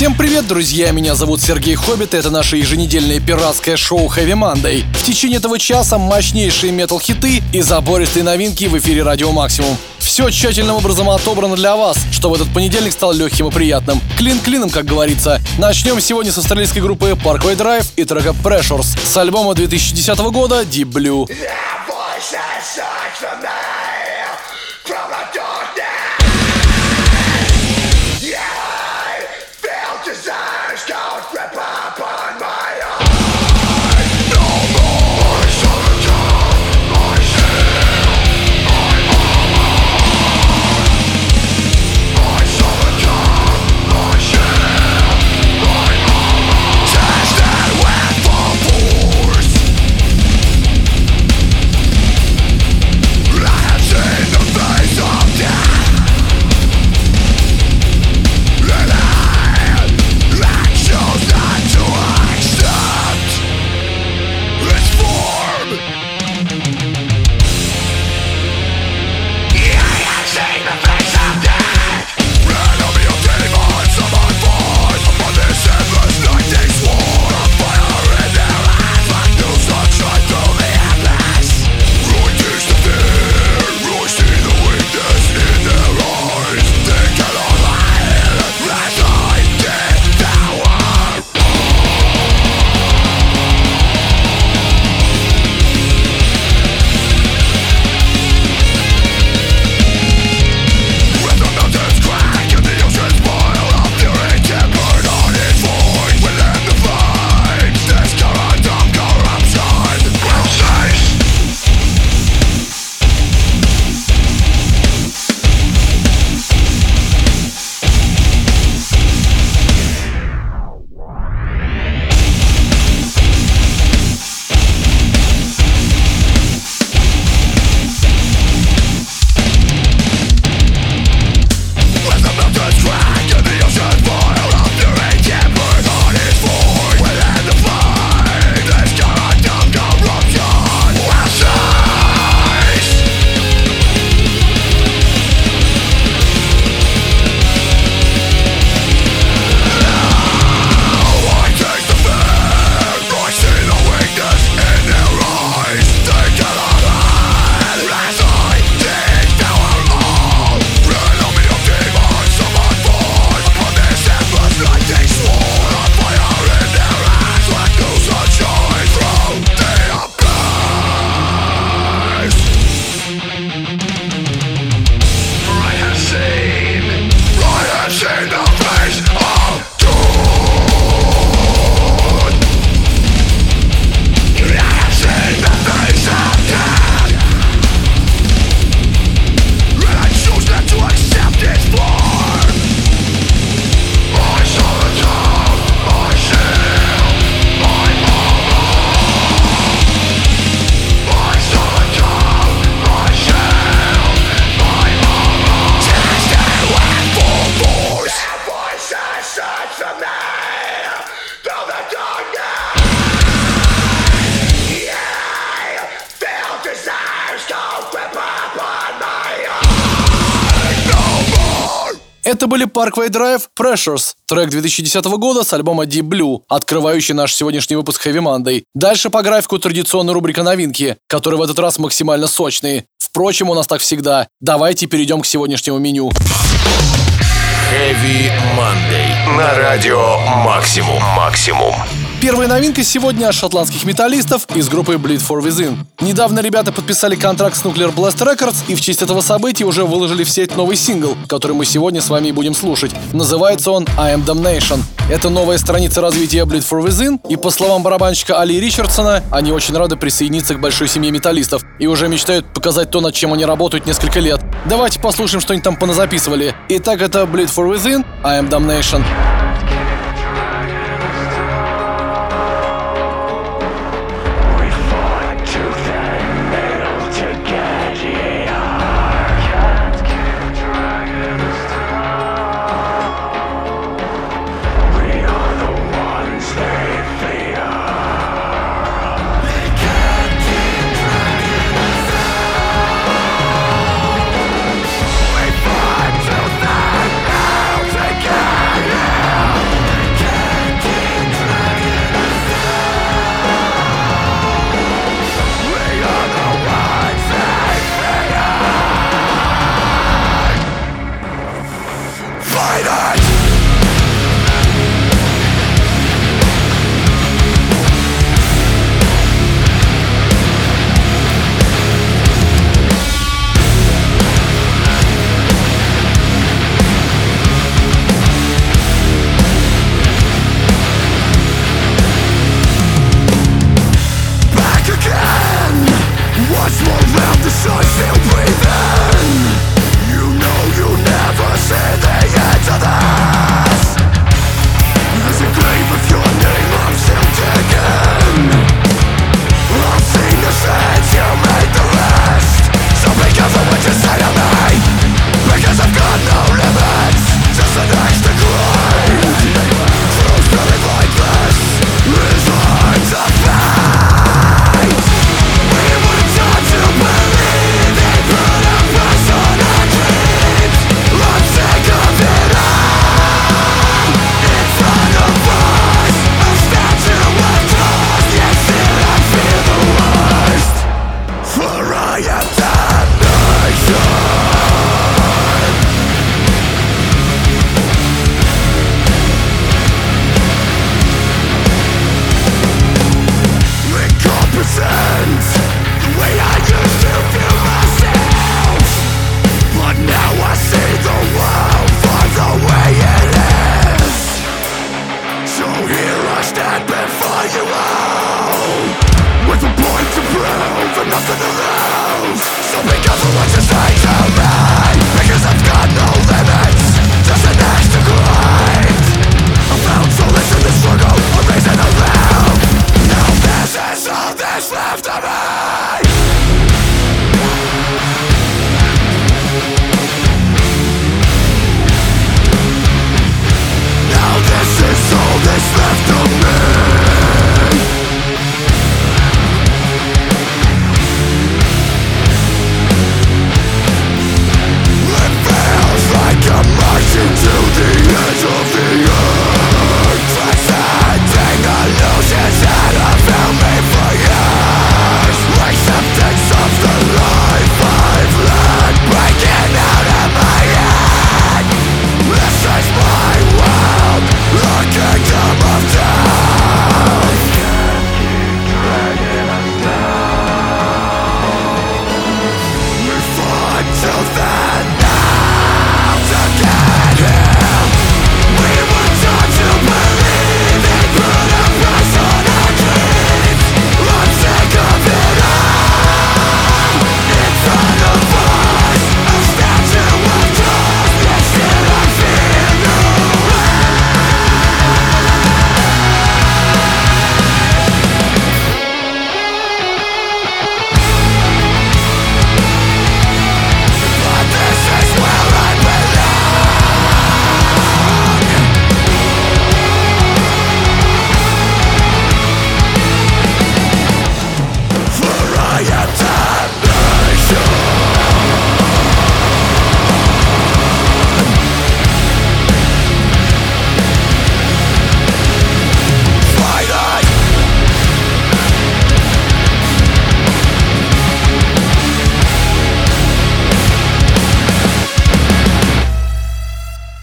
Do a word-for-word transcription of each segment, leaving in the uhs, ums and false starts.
Всем привет, друзья! Меня зовут Сергей Хоббит, и это наше еженедельное пиратское шоу Heavy Monday. В течение этого часа мощнейшие метал-хиты и забористые новинки в эфире Радио Максимум. Все тщательным образом отобрано для вас, чтобы этот понедельник стал легким и приятным. Клин клином, как говорится. Начнем сегодня с австралийской группы Parkway Drive и трека Pressures с альбома две тысячи десятого года Deep Blue. Это были Parkway Drive, Pressures, трек две тысячи десятого года с альбома Deep Blue, открывающий наш сегодняшний выпуск Heavy Monday. Дальше по графику традиционная рубрика новинки, которые в этот раз максимально сочные. Впрочем, у нас так всегда. Давайте перейдем к сегодняшнему меню. Heavy Monday на радио Максимум. Максимум. Первая новинка сегодня от шотландских металлистов из группы Bleed For Within. Недавно ребята подписали контракт с Nuclear Blast Records и в честь этого события уже выложили в сеть новый сингл, который мы сегодня с вами и будем слушать. Называется он I Am Damnation. Это новая страница развития Bleed For Within, и по словам барабанщика Али Ричардсона, они очень рады присоединиться к большой семье металлистов и уже мечтают показать то, над чем они работают несколько лет. Давайте послушаем, что они там поназаписывали. Итак, это Bleed For Within, I Am Damnation. Yeah.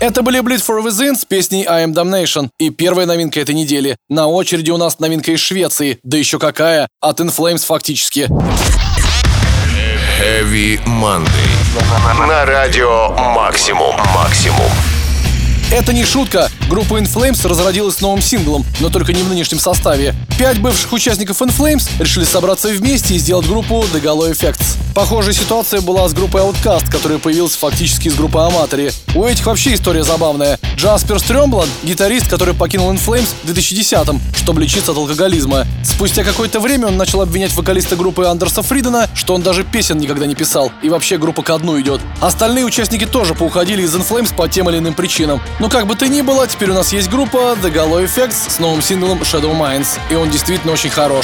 Это были Bleed for Within с песней I Am Damnation. И первая новинка этой недели. На очереди у нас новинка из Швеции. Да еще какая. От In Flames фактически. Heavy Monday. На радио Максимум. Максимум. Это не шутка. Группа In Flames разродилась с новым синглом, но только не в нынешнем составе. Пять бывших участников In Flames решили собраться вместе и сделать группу The Gallo Effects. Похожая ситуация была с группой Outcast, которая появилась фактически из группы Аматори. У этих вообще история забавная. Джаспер Стрёмбланд — гитарист, который покинул In Flames в две тысячи десятом, чтобы лечиться от алкоголизма. Спустя какое-то время он начал обвинять вокалиста группы Андерса Фридена, что он даже песен никогда не писал, и вообще группа ко дну идет. Остальные участники тоже поуходили из In Flames по тем или иным причинам. Но как бы то ни было, теперь у нас есть группа The Gallo Effects с новым синглом Shadow Minds, и он действительно очень хорош.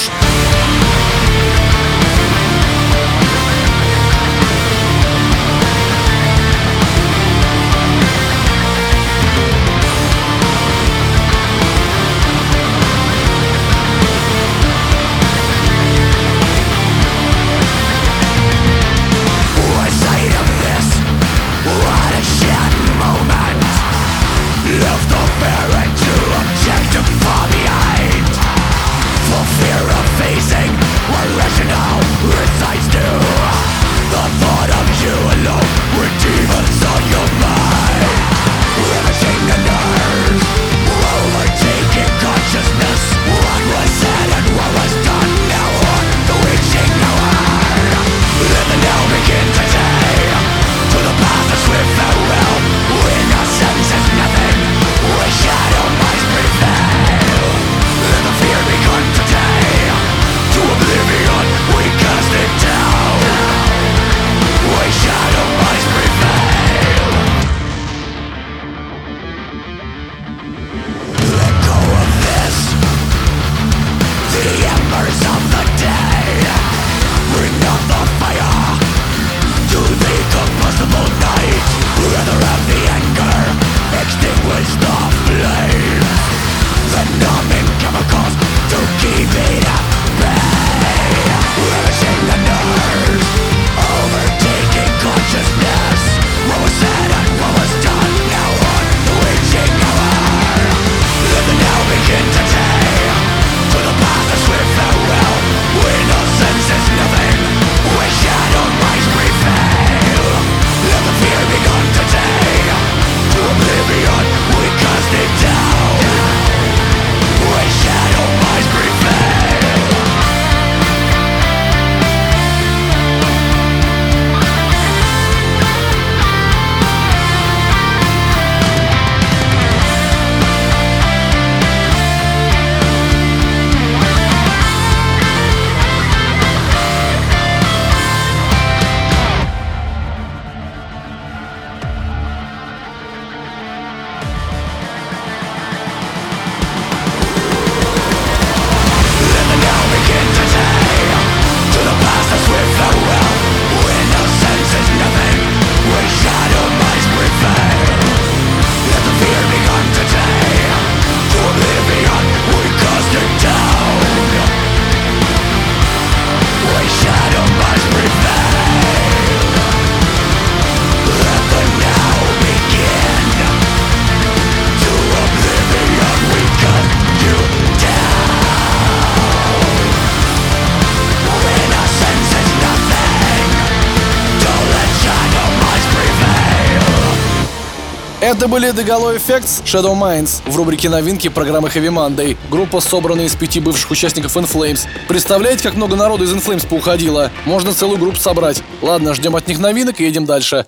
Это были The Gallo Effects, Shadow Minds в рубрике новинки программы Heavy Monday. Группа, собранная из пяти бывших участников In Flames. Представляете, как много народу из In Flames поуходило? Можно целую группу собрать. Ладно, ждем от них новинок и едем дальше.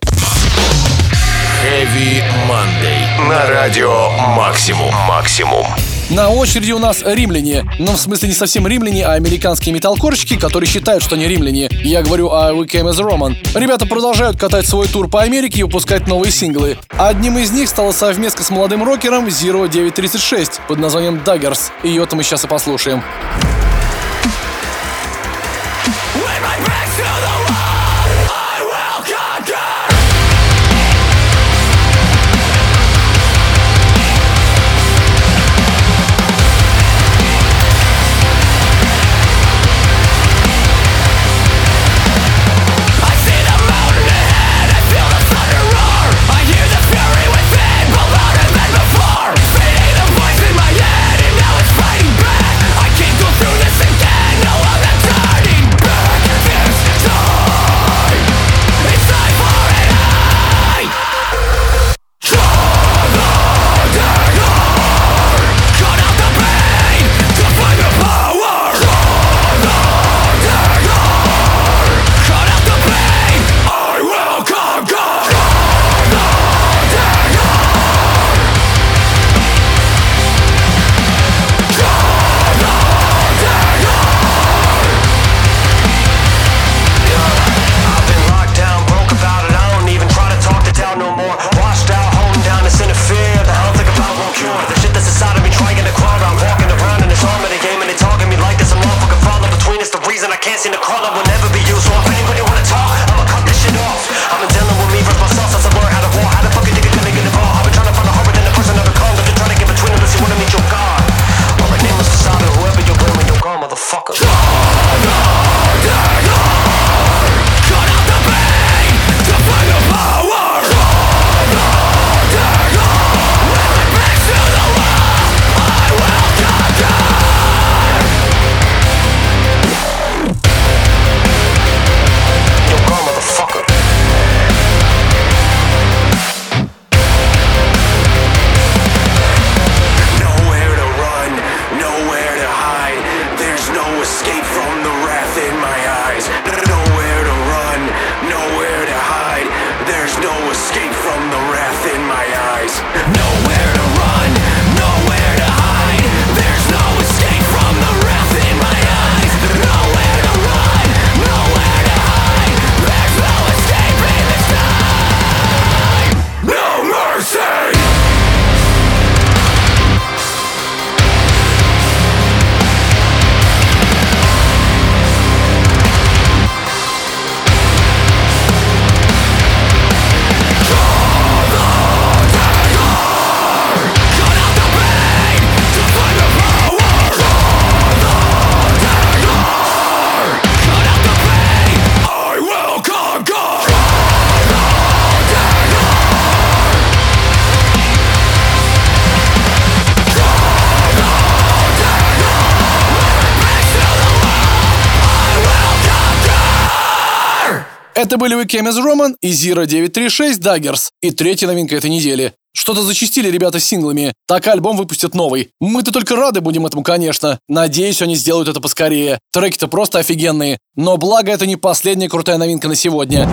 Heavy Monday. На радио Максимум. Максимум. На очереди у нас римляне. Но в смысле не совсем римляне, а американские металкорщики, которые считают, что они римляне. Я говорю о We Came as Roman. Ребята продолжают катать свой тур по Америке и выпускать новые синглы. Одним из них стала совместка с молодым рокером Zero девять тридцать шесть под названием Daggers. Ее-то мы сейчас и послушаем. Feel the thunder roar. I hear the fury within. Это были We Came As Roman и Zero девять три шесть Daggers. И третья новинка этой недели. Что-то зачастили ребята с синглами. Так альбом выпустят новый. Мы-то только рады будем этому, конечно. Надеюсь, они сделают это поскорее. Треки-то просто офигенные. Но благо это не последняя крутая новинка на сегодня.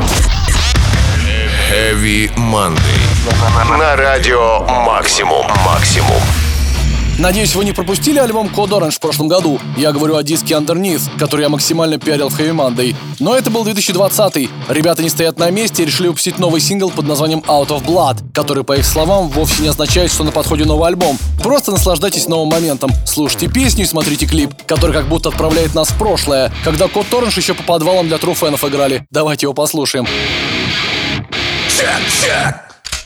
Heavy Monday. На радио Максимум. Максимум. Надеюсь, вы не пропустили альбом Code Orange в прошлом году. Я говорю о диске Underneath, который я максимально пиарил в Heavy Monday. Но это был две тысячи двадцатый. Ребята не стоят на месте и решили выпустить новый сингл под названием Out of Blood, который, по их словам, вовсе не означает, что на подходе новый альбом. Просто наслаждайтесь новым моментом. Слушайте песню и смотрите клип, который как будто отправляет нас в прошлое, когда Code Orange еще по подвалам для true фэнов играли. Давайте его послушаем. Check, check.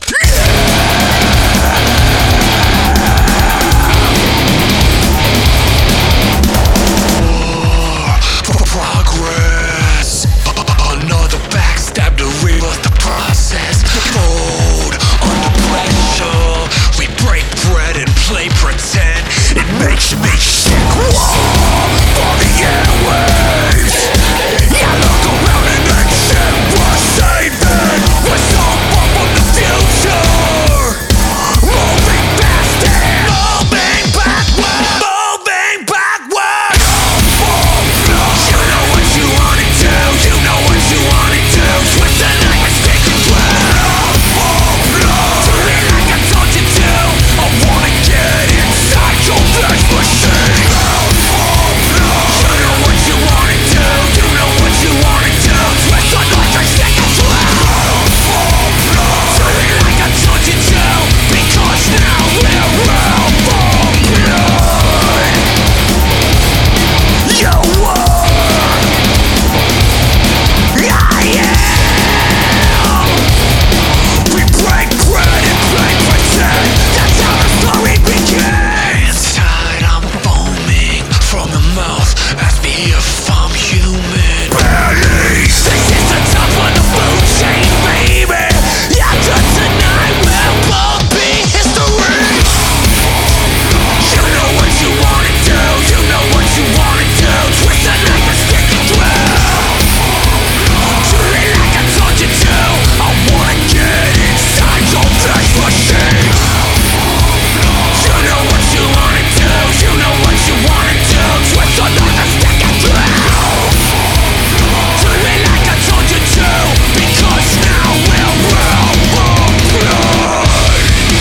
Progress. Another backstab to reverse the process. Fold under pressure. We break bread and play pretend. It makes me sick. Whoa, for the airwaves. Yeah, look around and that shit was saving. We're so far from the future. Moving past it. Moving backward. Moving backward. You know what you wanna do. You know what you wanna do. Twist the knife and stick it through. Do it like I told you to. I wanna get inside your flesh machine. You know what you wanna do. You know what you wanna do. Twist the knife and stick it through. Do it like I told you to. Because now we're out for blood. You were. I am. We break bread and play pretend. That's how the story begins. Inside I'm foaming from the mouth. Ask me if I'm human. Barely. This is the top of the food chain, baby. After tonight we'll both be history. You know what you wanna do. You know what you wanna do. Twist the knife and stick it through. Do it like I told you to. I wanna get inside your flesh machine. You know what you wanna do. You know what you wanna do. Twist the knife and stick it through. Do it like I told you to. Because now we're out for blood.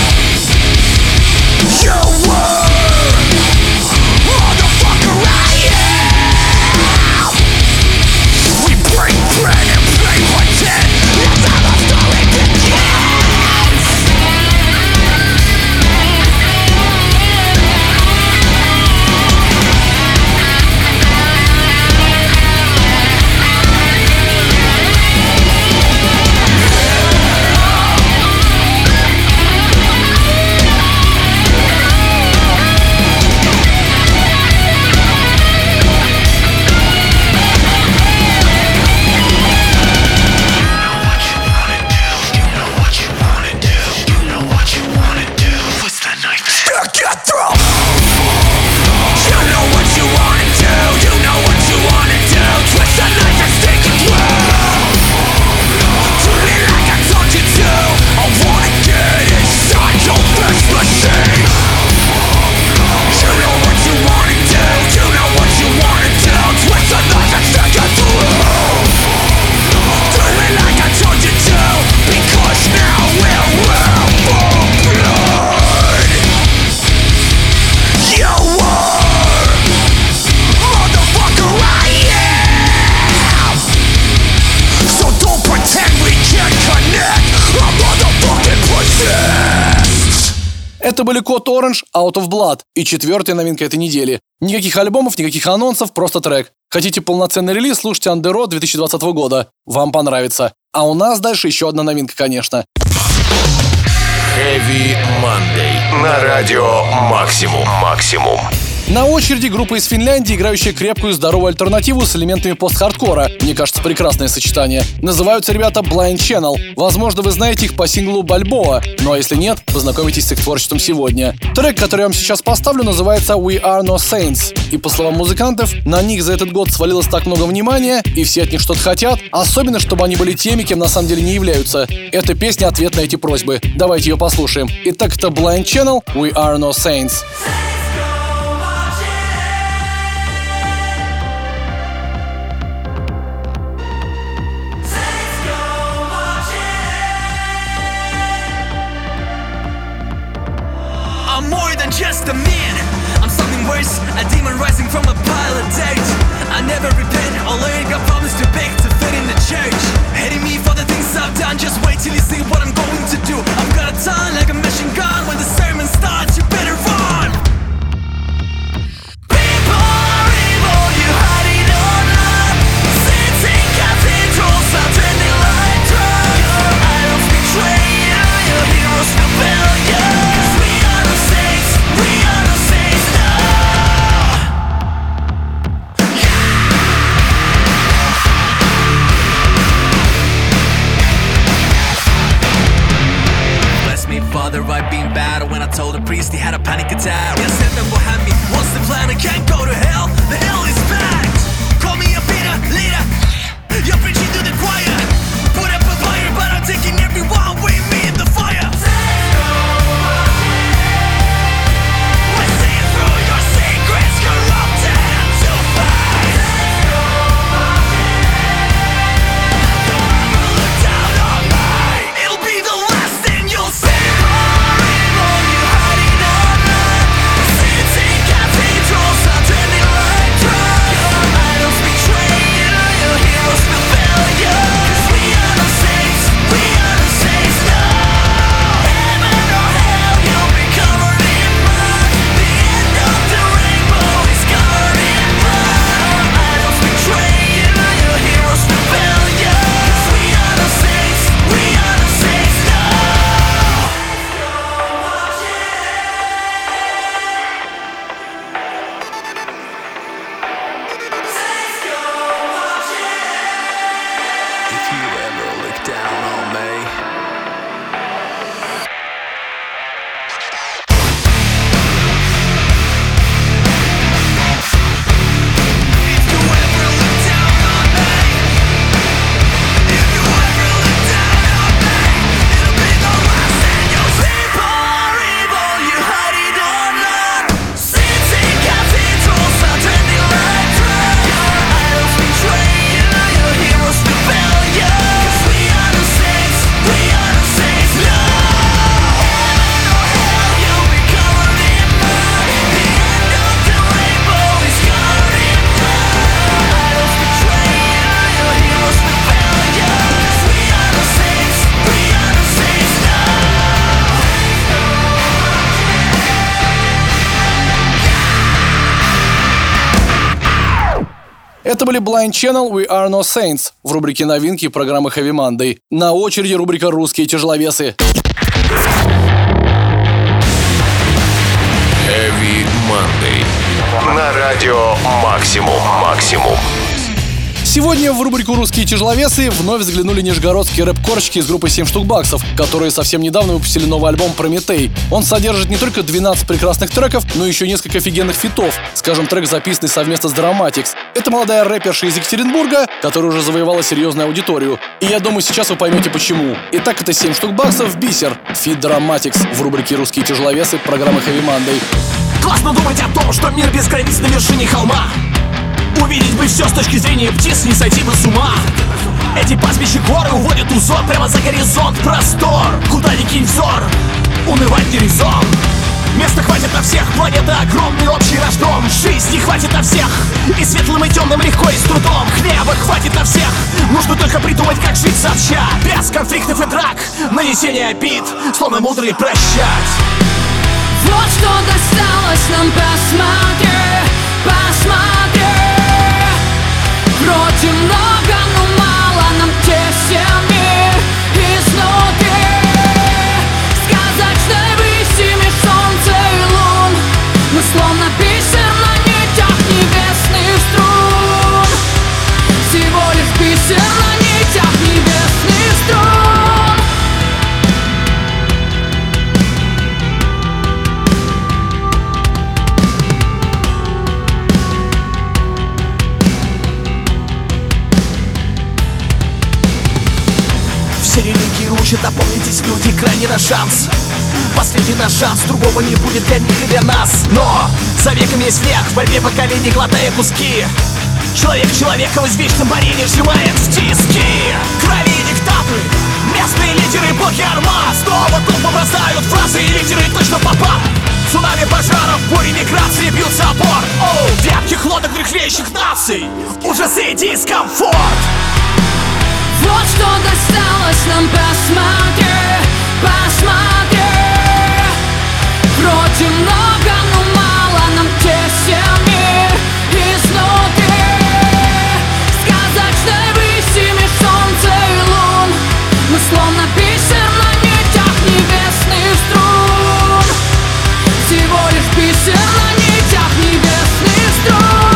You were. Motherfucker, I am. We break bread and play pretend. That's how the story begins. Это были Code Orange, Out of Blood и четвертая новинка этой недели. Никаких альбомов, никаких анонсов, просто трек. Хотите полноценный релиз, слушайте On The Road две тысячи двадцатого года. Вам понравится. А у нас дальше еще одна новинка, конечно. Heavy Monday. На радио Максимум. Максимум. На очереди группа из Финляндии, играющая крепкую здоровую альтернативу с элементами пост-хардкора. Мне кажется, прекрасное сочетание. Называются ребята Blind Channel. Возможно, вы знаете их по синглу Balboa. Ну а если нет, познакомитесь с их творчеством сегодня. Трек, который я вам сейчас поставлю, называется We Are No Saints. И по словам музыкантов, на них за этот год свалилось так много внимания, и все от них что-то хотят, особенно, чтобы они были теми, кем на самом деле не являются. Эта песня — ответ на эти просьбы. Давайте ее послушаем. Итак, это Blind Channel, We Are No Saints. I'm more than just a man. I'm something worse, a demon rising from a pile of dirt. I never repent, although I promise to beg to fit in the church. Hating me for the things I've done, just wait till you see what I'm going to do. I've got a tongue like a machine gun. When the sermon starts, you better run. People are evil, you hide it or not. Sitting cathedrals are trending like drugs. Your idols betray you, your heroes rebel you. Father, I've been bad. When I told the priest he had a panic attack. Yes, heaven behind me. What's the plan? I can't go to hell. The hell is packed. Call me a bitter leader. You're preaching to the choir. Put up a fire, but I'm taking everyone with me in the fire. We're seeing through your secrets, corrupted and too fast. Don't ever look down on me. It'll be the last thing you'll see. Это были Blind Channel, We Are No Saints в рубрике новинки программы Heavy Monday. На очереди рубрика «Русские тяжеловесы». Heavy Monday. На радио Максимум. Максимум. Сегодня в рубрику «Русские тяжеловесы» вновь заглянули нижегородские рэп-корчики из группы семь штук баксов, которые совсем недавно выпустили новый альбом «Прометей». Он содержит не только двенадцать прекрасных треков, но еще несколько офигенных фитов. Скажем, трек, записанный совместно с Dramatics. Это молодая рэперша из Екатеринбурга, которая уже завоевала серьезную аудиторию. И я думаю, сейчас вы поймете почему. Итак, это семь штук баксов, «Бисер», фит Dramatics в рубрике «Русские тяжеловесы» программы Heavy Monday. Классно думать о том, что мир без границ на вершине холма. Увидеть бы все с точки зрения птиц, не сойти бы с ума. Эти пастбища горы уводят узор прямо за горизонт. Простор, куда ни кинь взор, унывать не резон. Места хватит на всех, планета огромный общий наш дом. Жизни хватит на всех, и светлым, и темным, легко, и с трудом. Хлеба хватит на всех, нужно только придумать, как жить сообща. Без конфликтов и драк, нанесения обид, словно мудрые прощать. Вот что досталось нам, посмотри, посмотри. Вроде много, но мало нам тесен мир изнутри. Сказочной выси меж солнца и лун мы словно бисер. Значит, опомнитесь, люди, крайний наш шанс. Последний наш шанс, другого не будет для них и для нас. Но за веком есть век, в борьбе поколений глотая куски. Человек человека в извечном борении сжимает в тиски. Крови и диктаторы, местные лидеры, боги арма. Снова толпом бросают фразы и лидеры точно попал. Цунами пожаров, бури миграции бьются опор. Оу, ветхих лодок дряхлеющих наций, ужасы и дискомфорт. Вот что досталось нам, посмотри, посмотри. Вроде много, но мало нам тесен мир изнутри. Сказочной выси меж солнца и лун мы словно бисер на нитях небесных струн. Всего лишь бисер на нитях небесных струн.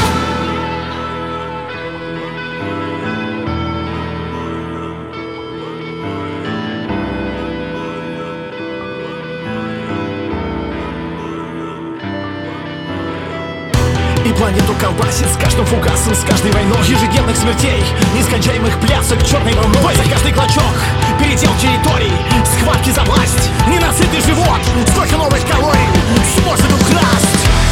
И планету колбасит с каждым фугасом, с каждой войной. Ежедневных смертей, нескончаемых плясок черной волной. За каждый клочок, передел территорий, схватки за власть. Ненасытный живот, сколько новых калорий сможет украсть.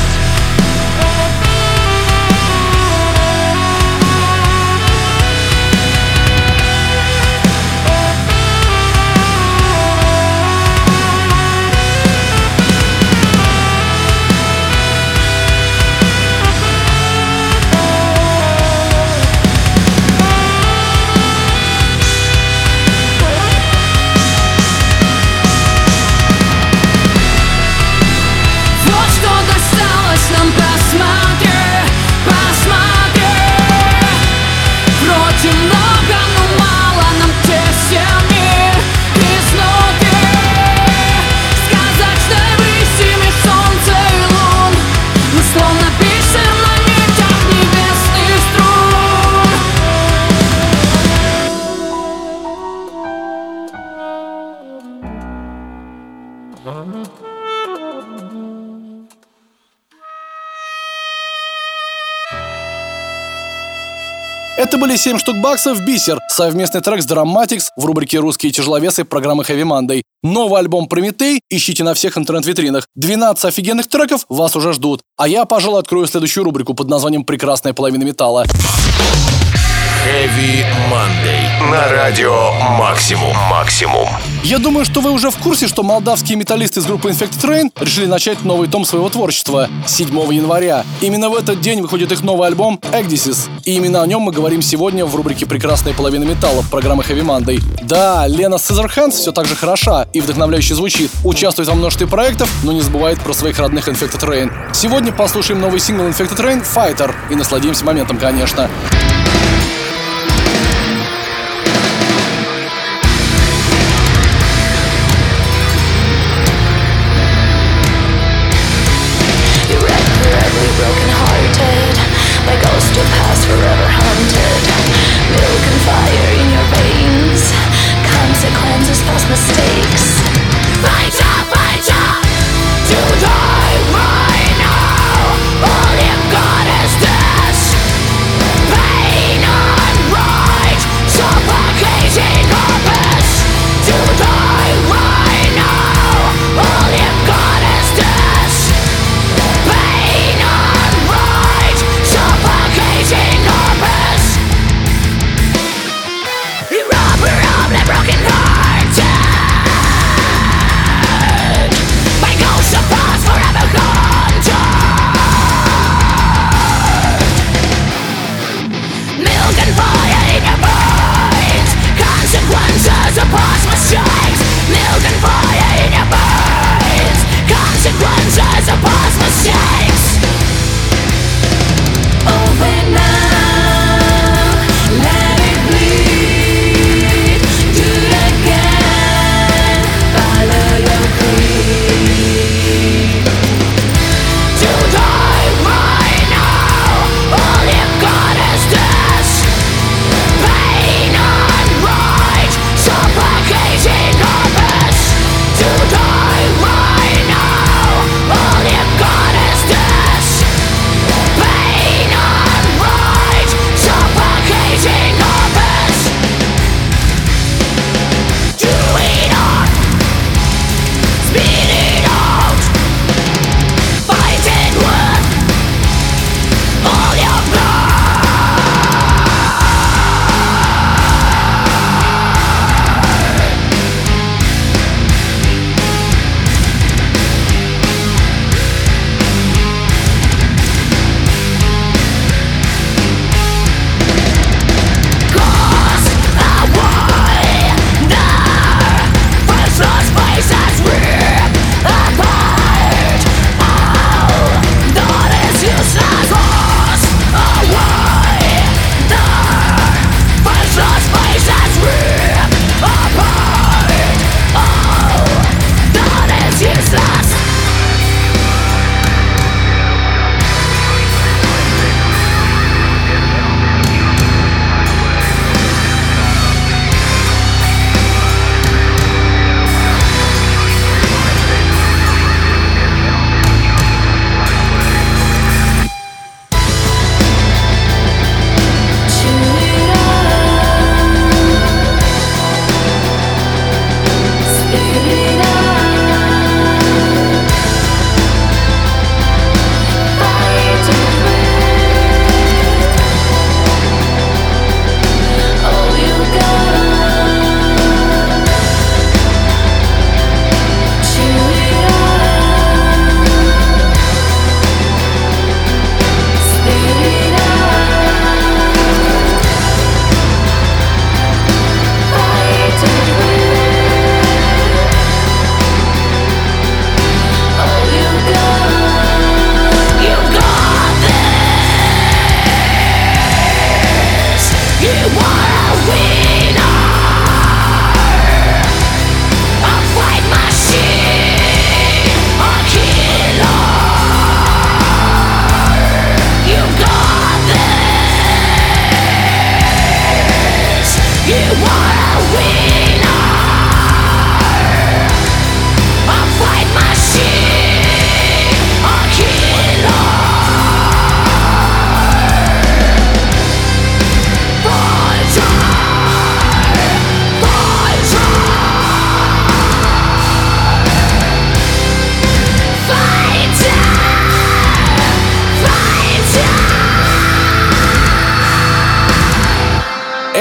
Это были семь штук баксов «Бисер», совместный трек с Dramatics в рубрике «Русские тяжеловесы» программы Heavy Monday. Новый альбом «Прометей» ищите на всех интернет-витринах. двенадцать офигенных треков вас уже ждут. А я, пожалуй, открою следующую рубрику под названием «Прекрасная половина металла». Heavy Monday на радио Максимум. Максимум. Я думаю, что вы уже в курсе, что молдавские металлисты из группы Infected Rain решили начать новый том своего творчества седьмого января. Именно в этот день выходит их новый альбом Ecdysis. И именно о нем мы говорим сегодня в рубрике «Прекрасная половина металла» программы Heavy Monday. Да, Лена Scissorhands все так же хороша и вдохновляюще звучит, участвует во множестве проектов, но не забывает про своих родных Infected Rain. Сегодня послушаем новый сингл Infected Rain «Fighter» и насладимся моментом, конечно. Forever haunted, milk and fire in your veins, consequences, past mistakes. Fighter, fighter, to die right now. All you've got is this pain and rage, suffocating purpose. To die right now. All you've got is this pain and rage, suffocating. Broken hearted,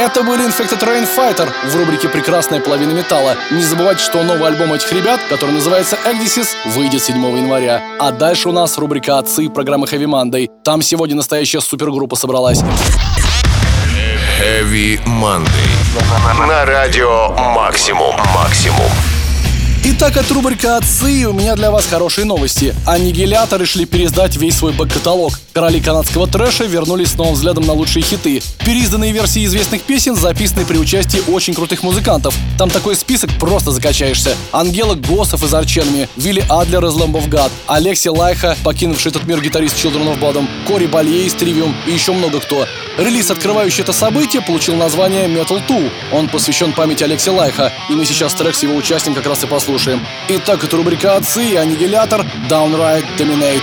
Это были Infected Rain Fighter в рубрике «Прекрасная половина металла». Не забывайте, что новый альбом этих ребят, который называется Ecdysis, выйдет седьмого января. А дальше у нас рубрика «Отцы» программы Heavy Monday. Там сегодня настоящая супергруппа собралась. Heavy Monday. На радио Максимум. Максимум. Итак, это рубрика «Отцы», и у меня для вас хорошие новости. Аннигилятор решили переиздать весь свой бэк-каталог. Короли канадского трэша вернулись с новым взглядом на лучшие хиты. Переизданные версии известных песен записаны при участии очень крутых музыкантов. Там такой список, просто закачаешься. Ангела Госсов из Арченами, Вилли Адлер из Lamb of God, Алексей Лайха, покинувший этот мир гитарист Children of Bodom, Кори Балье из Trivium и еще много кто. Релиз, открывающий это событие, получил название Metal два. Он посвящен памяти Алексея Лайха, и мы сейчас трек с его участием как раз и послушаем. Итак, это рубрика «Отцы» и Аннигилятор Downright Dominate.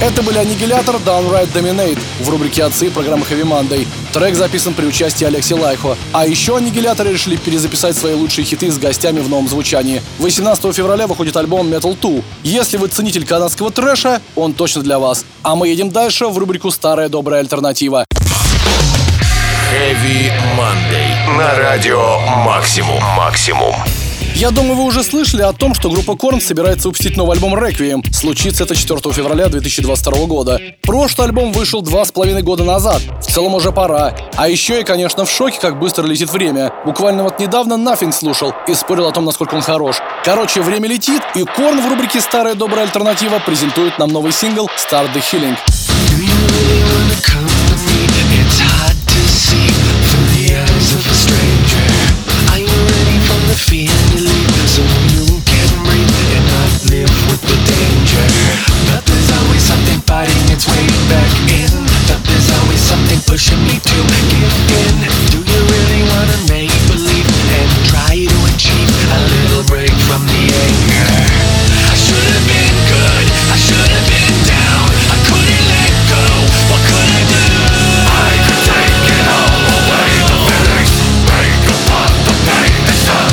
Это были Аннигилятор, Downright Dominate в рубрике «Отцы» программы Heavy Monday. Трек записан при участии Алекси Лайхо. А еще Аннигиляторы решили перезаписать свои лучшие хиты с гостями в новом звучании. восемнадцатого февраля выходит альбом Metal два. Если вы ценитель канадского трэша, он точно для вас. А мы едем дальше в рубрику «Старая добрая альтернатива». Heavy Monday на радио Максимум. Максимум. Я думаю, вы уже слышали о том, что группа Korn собирается выпустить новый альбом Requiem. Случится это четвёртого февраля две тысячи двадцать второго года. Прошлый альбом вышел два с половиной года назад. В целом уже пора. А еще я, конечно, в шоке, как быстро летит время. Буквально вот недавно Nothing слушал и спорил о том, насколько он хорош. Короче, время летит, и Korn в рубрике «Старая добрая альтернатива» презентует нам новый сингл «Start the Healing». Fear you leave so you can breathe and not live with the danger. But there's always something fighting its way back in. But there's always something pushing me to give in. Do you really wanna make believe and try to achieve a little break from the anger? I should have been good, I should have been down. I couldn't let go, what could I do? I could take it all away, the feelings break apart the pain and stop.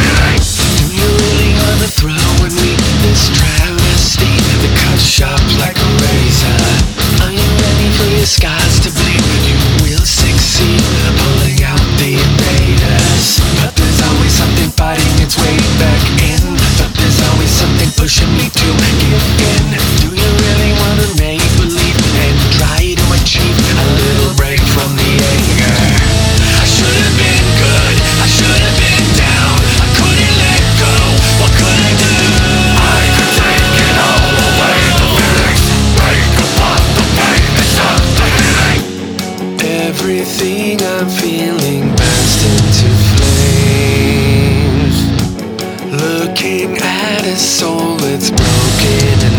Throw and meet this travesty that cuts sharp like a razor. Are you ready for your scars to bleed? You will succeed, pulling out the invaders. But there's always something fighting its way back in. But there's always something pushing me to give in. Do you really want to make believe and try to achieve a little break from the anger? I should have been good, I should have been down. I couldn't let go, what could I do? I could take it all away, the feelings break apart the pain and stop the healing. Everything I'm feeling burst into flames. Looking at a soul that's broken and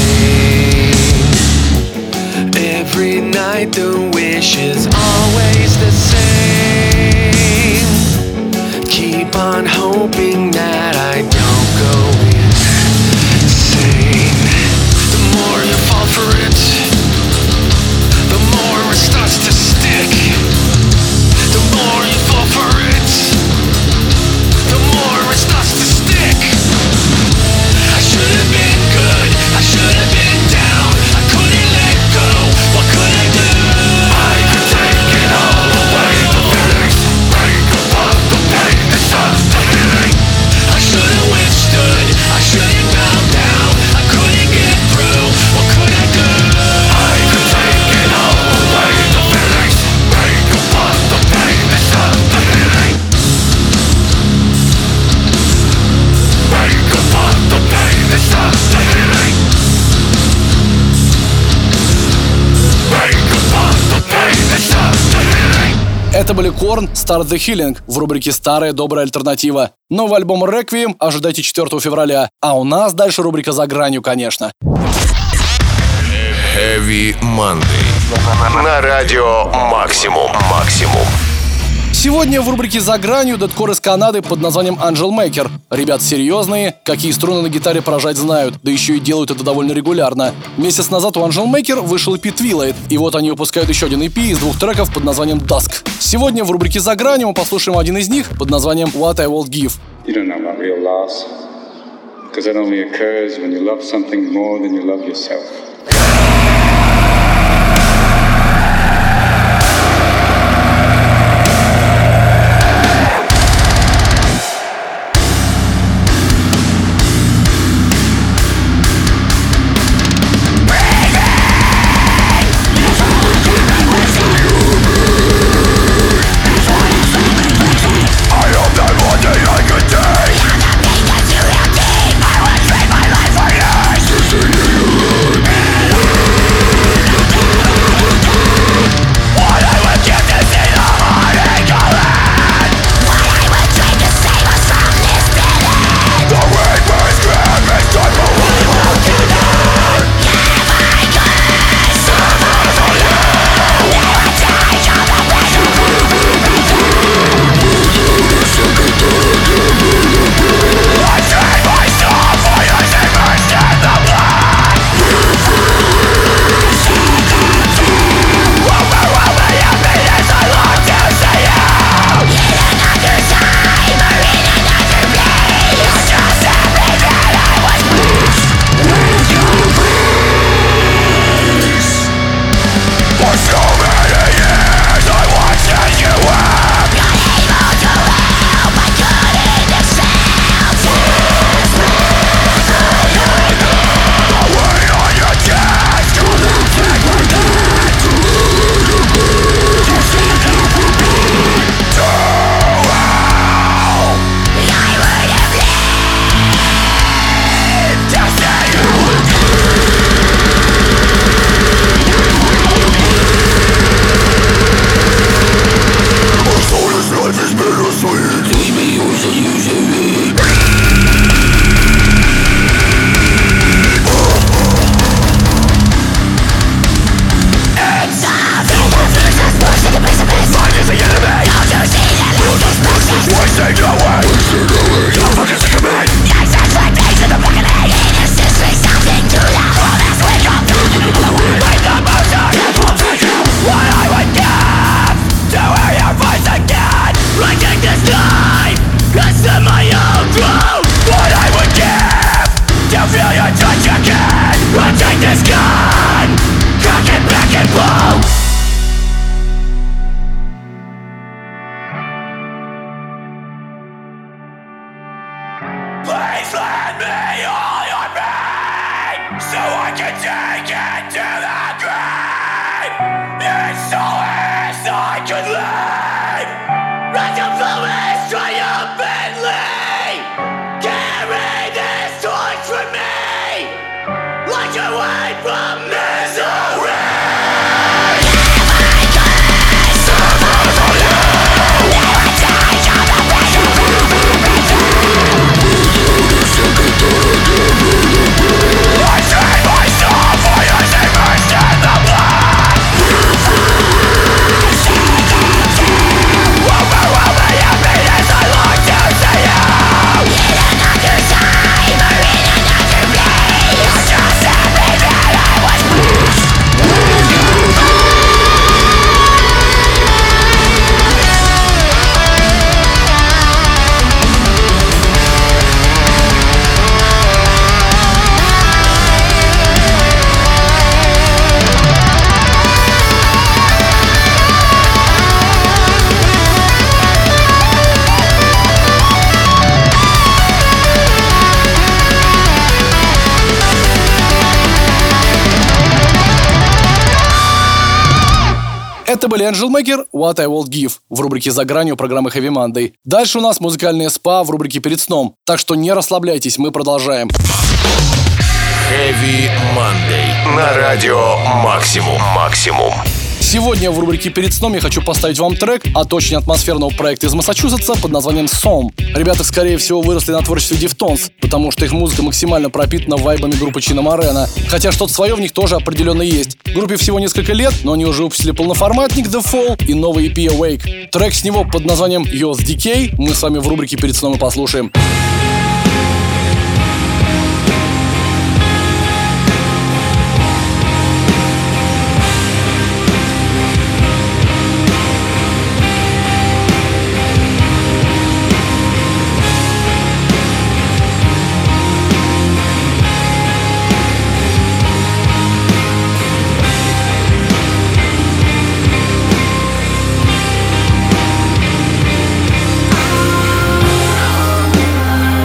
strained. Every night the wish is always the same. Keep on hoping that I don't go insane. The more you fall for it, the more it starts to stick. The more you fall for it, the more it starts to stick. I should have been good, I should have been down. I couldn't let go, what could I do? I could take it all away, the feelings break apart the pain and stop the healing. I should have withstood, I shouldn't bow down. I couldn't get through, what could I do? I could take it all away, the feelings break apart the pain and stop the healing. Break apart the pain and stop the healing. Break apart the pain and stop the healing. Это были Korn, Start the Healing в рубрике «Старая добрая альтернатива». Новый альбом Requiem ожидайте четвёртого февраля. А у нас дальше рубрика «За гранью», конечно. Heavy Monday на радио Максимум. Максимум. Сегодня в рубрике «За гранью» дэткор из Канады под названием Angel Maker. Ребят серьезные, какие струны на гитаре поражать знают, да еще и делают это довольно регулярно. Месяц назад у Angel Maker вышел и пи Twilight, и вот они выпускают еще один и пи из двух треков под названием Dusk. Сегодня в рубрике «За гранью» мы послушаем один из них под названием What I Will Give. You don't know about real loss, because that only occurs when you love something more than you love yourself. I can take it to the grave. It's so as I could leave. Let your influence triumphantly carry this torch from me. Light your way from misery. Это были Angel Maker, What I Will Give в рубрике «За гранью» программы Heavy Monday. Дальше у нас музыкальное спа в рубрике «Перед сном». Так что не расслабляйтесь, мы продолжаем. Heavy Monday на радио Максимум. Максимум. Сегодня в рубрике «Перед сном» я хочу поставить вам трек от очень атмосферного проекта из Массачусетса под названием Som. Ребята, скорее всего, выросли на творчестве Deftones, потому что их музыка максимально пропитана вайбами группы Чина Морена. Хотя что-то свое в них тоже определенно есть. Группе всего несколько лет, но они уже выпустили полноформатник The Fall и новый и пи Awake. Трек с него под названием Yo's Decay мы с вами в рубрике «Перед сном» и послушаем. Oh,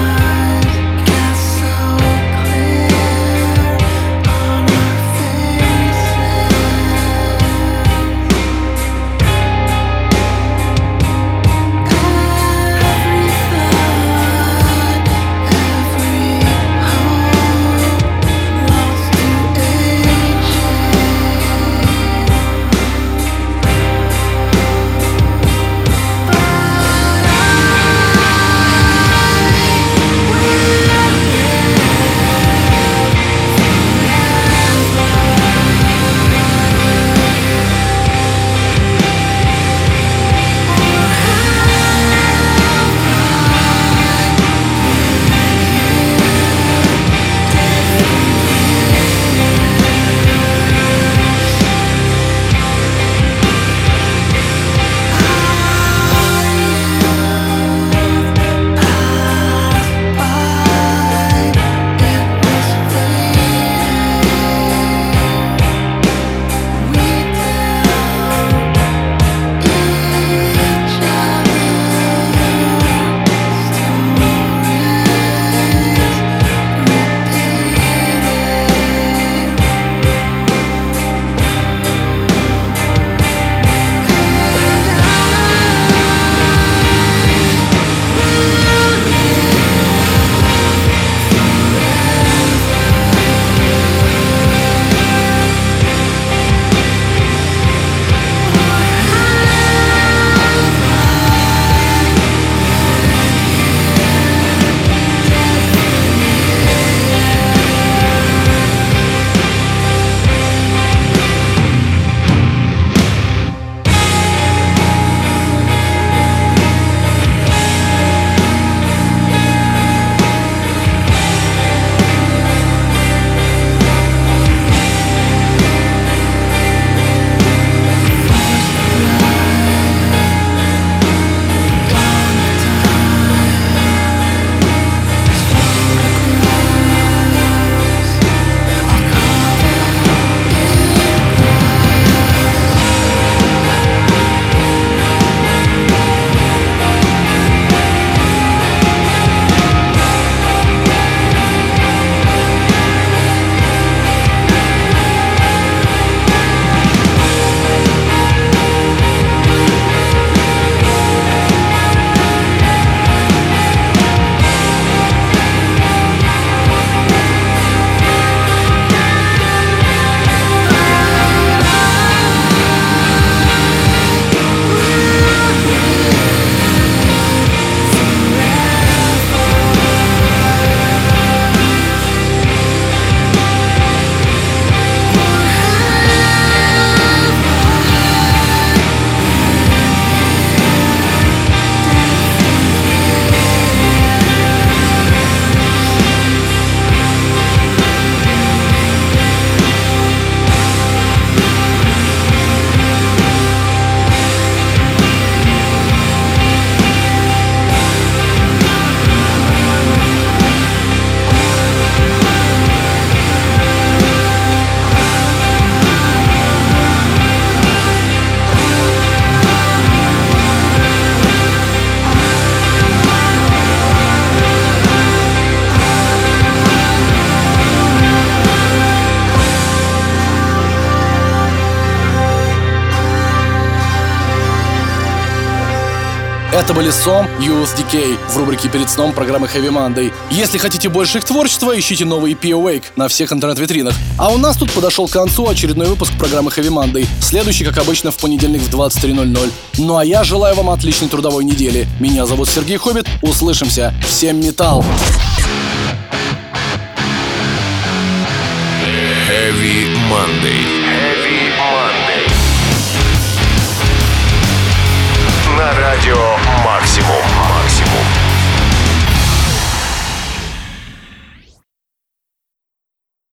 Это были Som, Youth Decay в рубрике «Перед сном» программы Heavy Monday. Если хотите больше их творчества, ищите новый и пи Awake на всех интернет-витринах. А у нас тут подошел к концу очередной выпуск программы Heavy Monday. Следующий, как обычно, в понедельник в двадцать три ноль ноль. Ну а я желаю вам отличной трудовой недели. Меня зовут Сергей Хоббит. Услышимся. Всем металл! Heavy Monday.